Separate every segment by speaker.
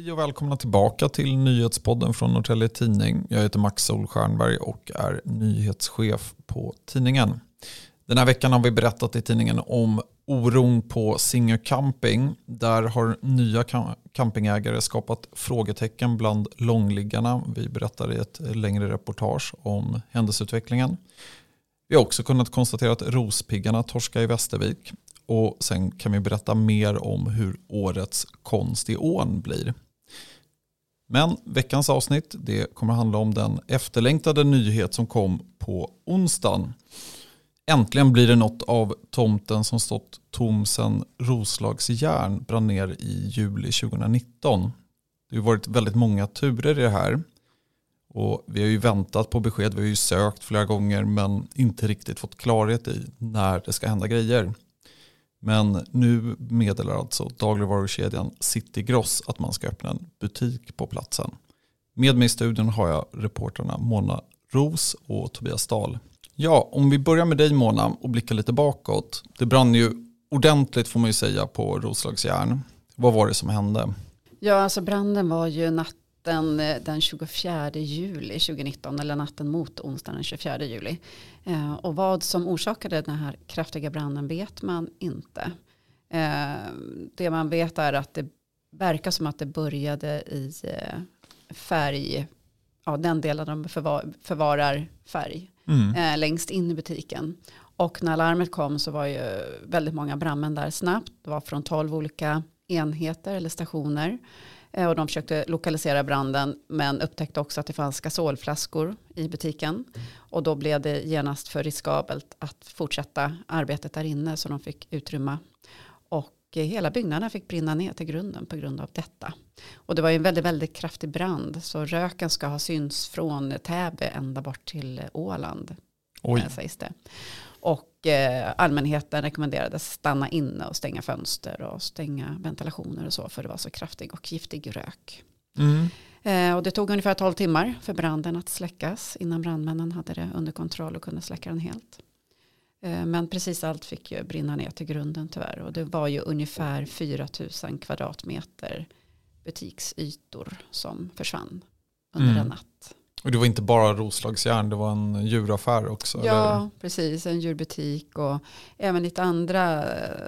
Speaker 1: Hej och välkomna tillbaka till nyhetspodden från Norrtälje Tidning. Jag heter Max Solstjernberg och är nyhetschef på tidningen. Den här veckan har vi berättat i tidningen om oron på Singö camping. Där har nya campingägare skapat frågetecken bland långliggarna. Vi berättar i ett längre reportage om händelseutvecklingen. Vi har också kunnat konstatera att rospiggarna torskar i Västervik. Och sen kan vi berätta mer om hur årets konst i ån blir. Men veckans avsnitt det kommer handla om den efterlängtade nyhet som kom på onsdagen. Äntligen blir det något av tomten som stått tom sedan Roslagsjärn brann ner i juli 2019. Det har varit väldigt många turer i det här. Och vi har ju väntat på besked, vi har ju sökt flera gånger men inte riktigt fått klarhet i när det ska hända grejer. Men nu meddelar alltså dagligvarukedjan City Gross att man ska öppna en butik på platsen. Med mig i studion har jag reporterna Mona Ros och Tobias Dahl. Ja, om vi börjar med dig Mona och blickar lite bakåt. Det brann ju ordentligt får man ju säga på Roslagsjärn. Vad var det som hände?
Speaker 2: Ja, alltså branden var ju natten den 24 juli 2019 eller natten mot onsdagen den 24 juli. Och vad som orsakade den här kraftiga branden vet man inte. Det man vet är att det verkar som att det började i färg, ja, den delen de förvarar färg längst in i butiken. Och när larmet kom så var ju väldigt många brandmän där snabbt. Det var från 12 olika enheter eller stationer. Och de försökte lokalisera branden men upptäckte också att det fanns gasolflaskor i butiken. Och då blev det genast för riskabelt att fortsätta arbetet där inne så de fick utrymma. Och hela byggnaden fick brinna ner till grunden på grund av detta. Och det var ju en väldigt, väldigt kraftig brand så röken ska ha syns från Täby ända bort till Åland. Sägs det. Och allmänheten rekommenderades stanna inne och stänga fönster och stänga ventilationer och så för det var så kraftig och giftig rök. Och det tog ungefär 12 timmar för branden att släckas innan brandmännen hade det under kontroll och kunde släcka den helt. Men precis allt fick ju brinna ner till grunden tyvärr och det var ju ungefär 4 000 kvadratmeter butiksytor som försvann under en natt.
Speaker 1: Och det var inte bara Roslagsjärn, det var en djuraffär också?
Speaker 2: Ja,
Speaker 1: eller?
Speaker 2: Precis. En djurbutik och även lite andra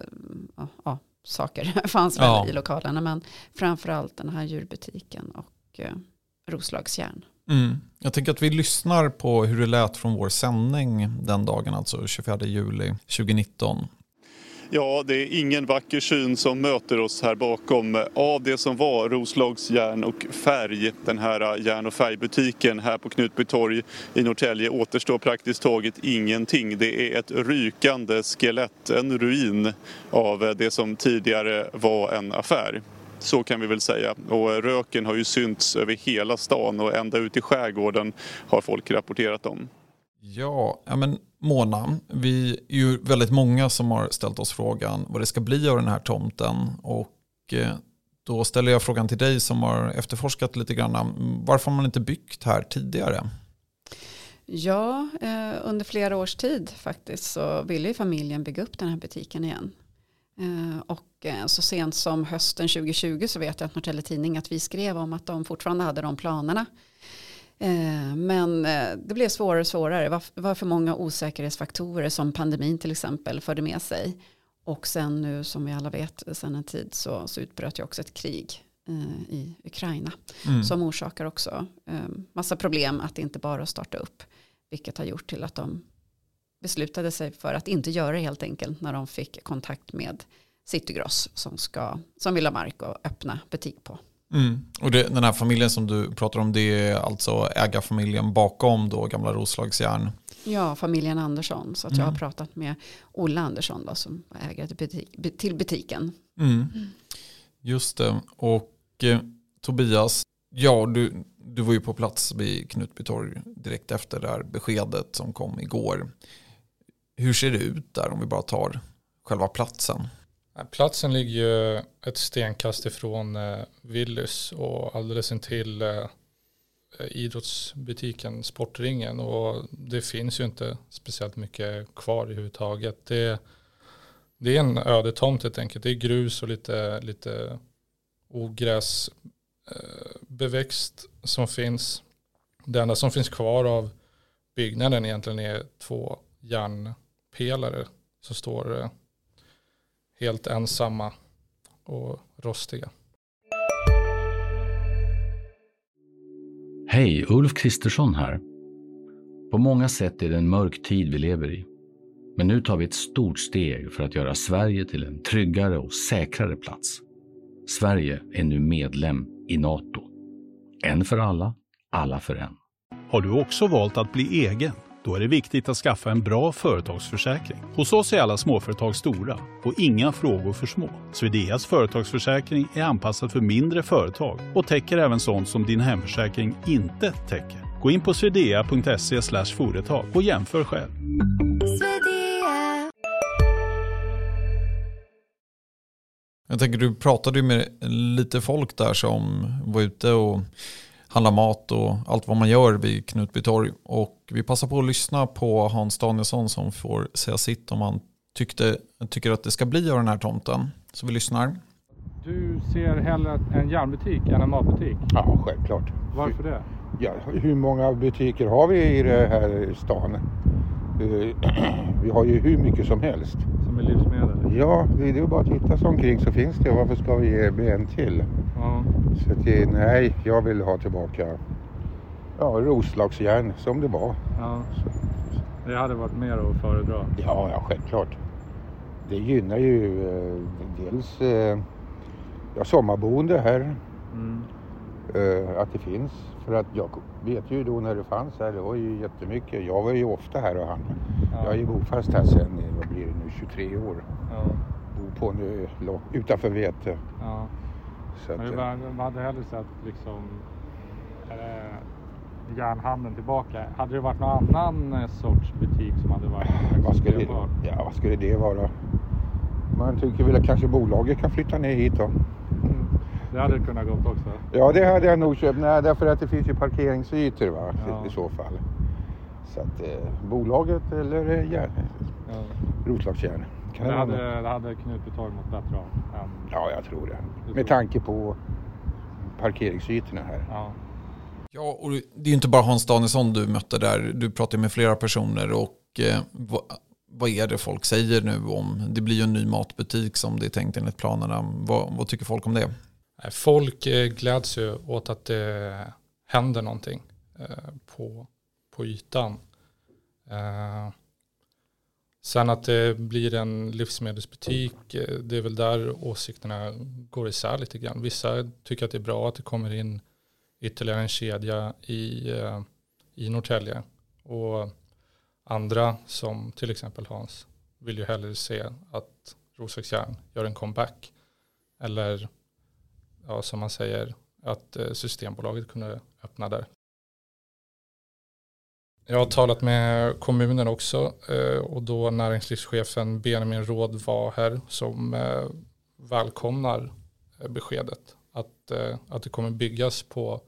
Speaker 2: saker fanns väl i lokalerna. Men framförallt den här djurbutiken och Roslagsjärn.
Speaker 1: Jag tänker att vi lyssnar på hur det lät från vår sändning den dagen, alltså 24 juli 2019.
Speaker 3: Ja, det är ingen vacker syn som möter oss här bakom. Av det som var Roslagsjärn och färg, den här järn- och färgbutiken här på Knutby torg i Norrtälje återstår praktiskt taget ingenting. Det är ett rykande skelett, en ruin av det som tidigare var en affär. Så kan vi väl säga. Och röken har ju synts över hela stan och ända ut i skärgården har folk rapporterat om.
Speaker 1: Ja, men Mona, vi är ju väldigt många som har ställt oss frågan vad det ska bli av den här tomten och då ställer jag frågan till dig som har efterforskat lite grann. Varför har man inte byggt här tidigare?
Speaker 2: Ja, under flera års tid faktiskt så ville ju familjen bygga upp den här butiken igen. Och så sent som hösten 2020 så vet jag att Norrtälje Tidning att vi skrev om att de fortfarande hade de planerna. Men det blev svårare och svårare. Det var för många osäkerhetsfaktorer som pandemin till exempel förde med sig. Och sen nu som vi alla vet sedan en tid så utbröt ju också ett krig i Ukraina. Som orsakar också massa problem att inte bara starta upp. Vilket har gjort till att de beslutade sig för att inte göra det helt enkelt när de fick kontakt med City Gross som vill ha mark och öppna butik på.
Speaker 1: Och den här familjen som du pratar om, det är alltså ägarfamiljen bakom då gamla Roslagsjärn?
Speaker 2: Ja, familjen Andersson. Så att jag har pratat med Olle Andersson då, som äger till butiken.
Speaker 1: Just det. Och Tobias, ja du var ju på plats vid Knutby torg direkt efter det här beskedet som kom igår. Hur ser det ut där om vi bara tar själva platsen?
Speaker 4: Platsen ligger ju ett stenkast ifrån Willys och alldeles intill idrottsbutiken Sportringen och det finns ju inte speciellt mycket kvar överhuvudtaget. Det är en öde tomt helt enkelt. Det är grus och lite ogräs beväxt som finns. Det enda som finns kvar av byggnaden egentligen är 2 järnpelare som står helt ensamma och rostiga.
Speaker 5: Hej, Ulf Kristersson här. På många sätt är det en mörk tid vi lever i. Men nu tar vi ett stort steg för att göra Sverige till en tryggare och säkrare plats. Sverige är nu medlem i NATO. En för alla, alla för en.
Speaker 6: Har du också valt att bli egen? Då är det viktigt att skaffa en bra företagsförsäkring. Hos oss är alla småföretag stora och inga frågor för små. Swedeas företagsförsäkring är anpassad för mindre företag och täcker även sånt som din hemförsäkring inte täcker. Gå in på swedea.se/företag och jämför själv.
Speaker 1: Jag tänker, du pratade ju med lite folk där som var ute och handla mat och allt vad man gör vid Knutbytorg. Och vi passar på att lyssna på Hans Danielsson som får säga sitt om han tycker att det ska bli av den här tomten. Så vi lyssnar.
Speaker 7: Du ser hellre en järnbutik än en matbutik?
Speaker 8: Ja, självklart.
Speaker 7: Varför det?
Speaker 8: Ja, hur många butiker har vi i det här stan? Vi har ju hur mycket som helst.
Speaker 7: Som är livsmedel?
Speaker 8: Ja, det är bara att titta sig omkring så finns det. Varför ska vi ge en till?
Speaker 7: Ja.
Speaker 8: Så att nej, jag vill ha tillbaka Roslagsjärn som det var.
Speaker 7: Ja. Det hade varit mer att föredra?
Speaker 8: Ja, självklart. Det gynnar ju dels sommarboende här. Att det finns. För att jag vet ju då när det fanns här, det var ju jättemycket. Jag var ju ofta här och handlade. Ja. Jag är ju bofast här sedan, vad blir det nu, 23 år. Ja. Bor på nu utanför Vete.
Speaker 7: Ja. Så men man hade hellre sett liksom järnhandeln tillbaka. Hade det varit någon annan sorts butik som hade varit
Speaker 8: vad skulle det vara? Man tycker väl att kanske bolaget kan flytta ner hit då.
Speaker 7: Det hade kunnat gått också.
Speaker 8: Ja, det hade jag nog köpt. Nej, därför att det finns ju parkeringsytor i så fall. Så att bolaget eller Roslagsjärn.
Speaker 7: Det hade Knutbytorg mot bättre av?
Speaker 8: Ja, jag tror det. Med tanke på parkeringsytorna här.
Speaker 1: Ja, och det är ju inte bara Hans Danielsson du mötte där. Du pratar med flera personer och vad är det folk säger nu om? Det blir ju en ny matbutik som det är tänkt enligt planerna. Vad tycker folk om det?
Speaker 4: Folk gläds ju åt att det händer någonting på ytan. Sen att det blir en livsmedelsbutik, det är väl där åsikterna går isär lite grann. Vissa tycker att det är bra att det kommer in ytterligare en kedja i Norrtälje. Och andra, som till exempel Hans, vill ju hellre se att Roslagsjärn gör en comeback. Eller som man säger, att Systembolaget kunde öppna där. Jag har talat med kommunen också och då näringslivschefen Benjamin Råd var här som välkomnar beskedet att det kommer byggas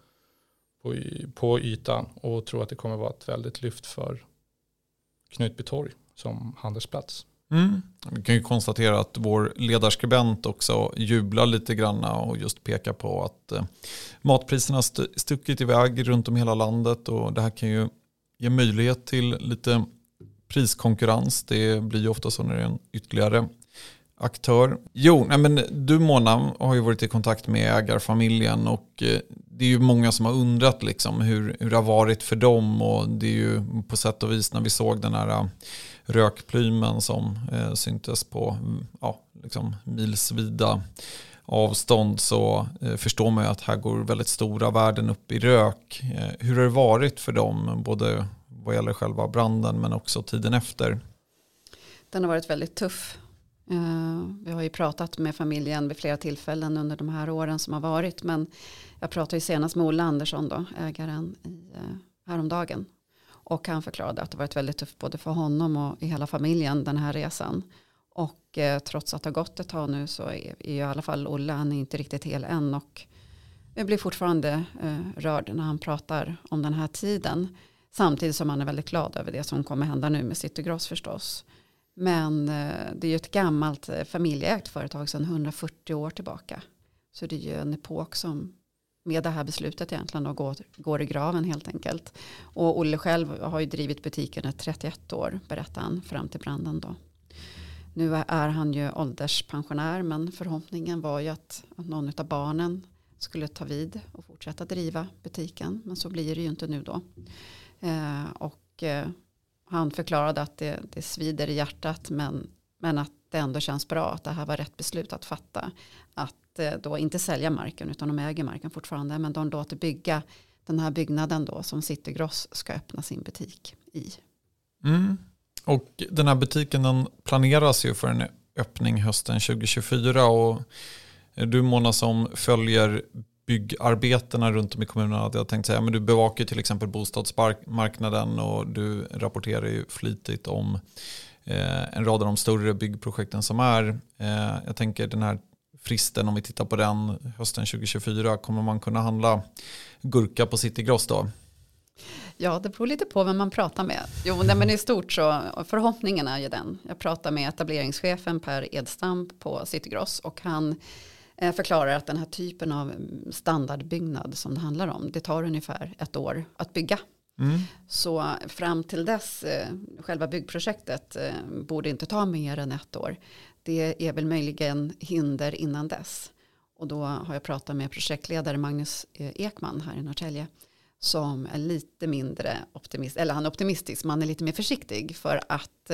Speaker 4: på ytan och tror att det kommer vara ett väldigt lyft för Knutbytorg som handelsplats.
Speaker 1: Vi kan ju konstatera att vår ledarskribent också jublar lite grann och just pekar på att matpriserna stuckit iväg runt om hela landet och det här kan ju ge möjlighet till lite priskonkurrens. Det blir ju ofta så när det är en ytterligare aktör. Du Mona har ju varit i kontakt med ägarfamiljen och det är ju många som har undrat liksom hur det har varit för dem och det är ju på sätt och vis när vi såg den här rökplymen som syntes på liksom milsvida avstånd så förstår man ju att här går väldigt stora värden upp i rök. Hur har det varit för dem både vad gäller själva branden men också tiden efter?
Speaker 2: Den har varit väldigt tuff. Vi har ju pratat med familjen vid flera tillfällen under de här åren som har varit. Men jag pratade ju senast med Olle Andersson då, ägaren häromdagen. Och han förklarade att det varit väldigt tufft både för honom och i hela familjen den här resan. Och trots att det har gått ett tag nu så är ju i alla fall Olle, han är inte riktigt hel än. Och jag blir fortfarande rörd när han pratar om den här tiden. Samtidigt som han är väldigt glad över det som kommer hända nu med City Gross förstås. Men det är ju ett gammalt familjeägt företag sedan 140 år tillbaka. Så det är ju en epok som med det här beslutet egentligen och går i graven helt enkelt. Och Olle själv har ju drivit butiken i 31 år, berättar han, fram till branden då. Nu är han ju ålderspensionär, men förhoppningen var ju att någon av barnen skulle ta vid och fortsätta driva butiken. Men så blir det ju inte nu då. Han förklarade att det svider i hjärtat, men att det ändå känns bra att det här var rätt beslut att fatta. Att då inte sälja marken, utan de äger marken fortfarande. Men de låter bygga den här byggnaden då som City Gross ska öppna sin butik i.
Speaker 1: Mm. Och den här butiken, den planeras ju för en öppning hösten 2024. Och du, Mona, som följer byggarbetena runt om i kommunerna, hade jag tänkt säga, men du bevakar till exempel bostadsmarknaden och du rapporterar ju flitigt om en rad av de större byggprojekten som är. Jag tänker den här fristen, om vi tittar på den hösten 2024, kommer man kunna handla gurka på City Gross då?
Speaker 2: Ja, det beror lite på vem man pratar med. Jo, men i stort så förhoppningen är ju den. Jag pratar med etableringschefen Per Edstam på City Gross och han förklarar att den här typen av standardbyggnad som det handlar om, det tar ungefär 1 år att bygga. Mm. Så fram till dess, själva byggprojektet borde inte ta mer än 1 år. Det är väl möjligen hinder innan dess. Och då har jag pratat med projektledare Magnus Ekman här i Norrtälje som är lite mindre optimistisk, eller han är optimistisk, man är lite mer försiktig för att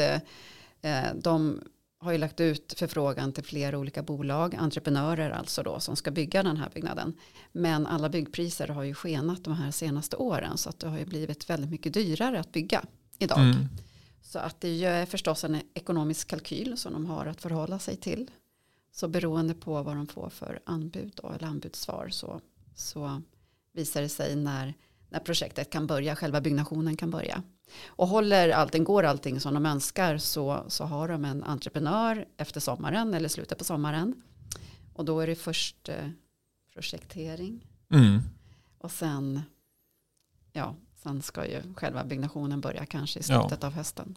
Speaker 2: de har ju lagt ut förfrågan till flera olika bolag, entreprenörer alltså då, som ska bygga den här byggnaden. Men alla byggpriser har ju skenat de här senaste åren, så att det har ju blivit väldigt mycket dyrare att bygga idag. Mm. Så att det är förstås en ekonomisk kalkyl som de har att förhålla sig till. Så beroende på vad de får för anbud då, eller anbudssvar så visar det sig när projektet kan börja, själva byggnationen kan börja. Och går allting som de önskar så har de en entreprenör efter sommaren eller slutet på sommaren. Och då är det först projektering. Mm. Och sen ska ju själva byggnationen börja kanske i slutet av hösten.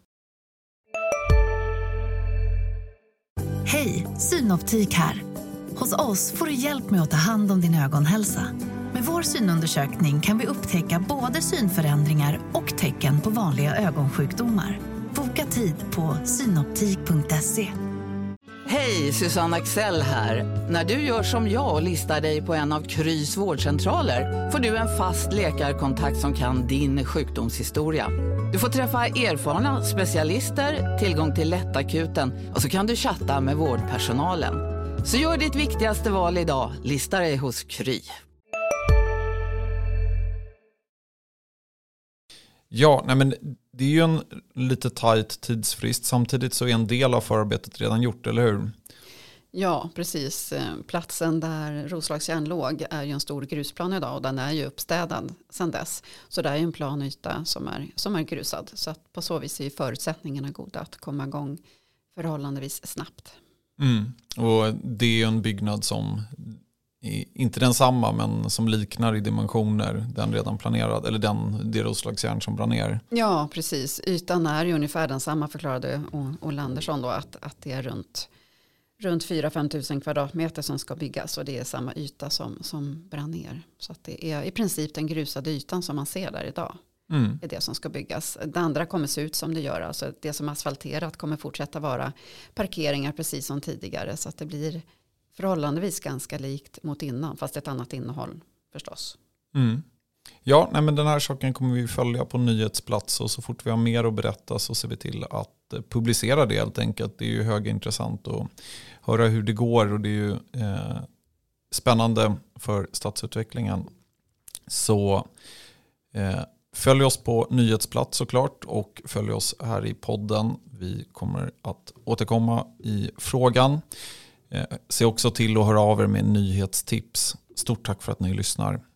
Speaker 9: Hej, Synoptik här. Hos oss får du hjälp med att ta hand om din ögonhälsa. Med vår synundersökning kan vi upptäcka både synförändringar och tecken på vanliga ögonsjukdomar. Boka tid på synoptik.se.
Speaker 10: Hej, Susanne Axel här. När du gör som jag och listar dig på en av Krys vårdcentraler får du en fast läkarkontakt som kan din sjukdomshistoria. Du får träffa erfarna specialister, tillgång till lättakuten och så kan du chatta med vårdpersonalen. Så gör ditt viktigaste val idag, lista dig hos Kry.
Speaker 1: Ja, men det är ju en lite tajt tidsfrist. Samtidigt så är en del av förarbetet redan gjort, eller hur?
Speaker 2: Ja, precis. Platsen där Roslagsjärn låg är ju en stor grusplan idag och den är ju uppstädad sedan dess. Så det är ju en planyta som är grusad. Så att på så vis är ju förutsättningarna goda att komma igång förhållandevis snabbt.
Speaker 1: Mm. Och det är ju en byggnad som inte densamma, men som liknar i dimensioner den redan planerad, eller det Roslagsjärn som brann ner. Ja, precis. Ytan är ju ungefär densamma, förklarade Olle Andersson då, att det är runt 4-5 tusen kvadratmeter som ska byggas, och det är samma yta som brann ner. Så att det är i princip den grusade ytan som man ser där idag. Är det som ska byggas. Det andra kommer se ut som det gör. Alltså det som är asfalterat kommer fortsätta vara parkeringar precis som tidigare, så att det blir förhållandevis ganska likt mot innan, fast ett annat innehåll förstås. Mm. Ja, men den här saken kommer vi följa på nyhetsplats, och så fort vi har mer att berätta så ser vi till att publicera det helt enkelt. Det är ju högintressant att höra hur det går, och det är ju spännande för stadsutvecklingen. Så följ oss på nyhetsplats såklart, och följ oss här i podden. Vi kommer att återkomma i frågan. Se också till att höra av er med nyhetstips. Stort tack för att ni lyssnar.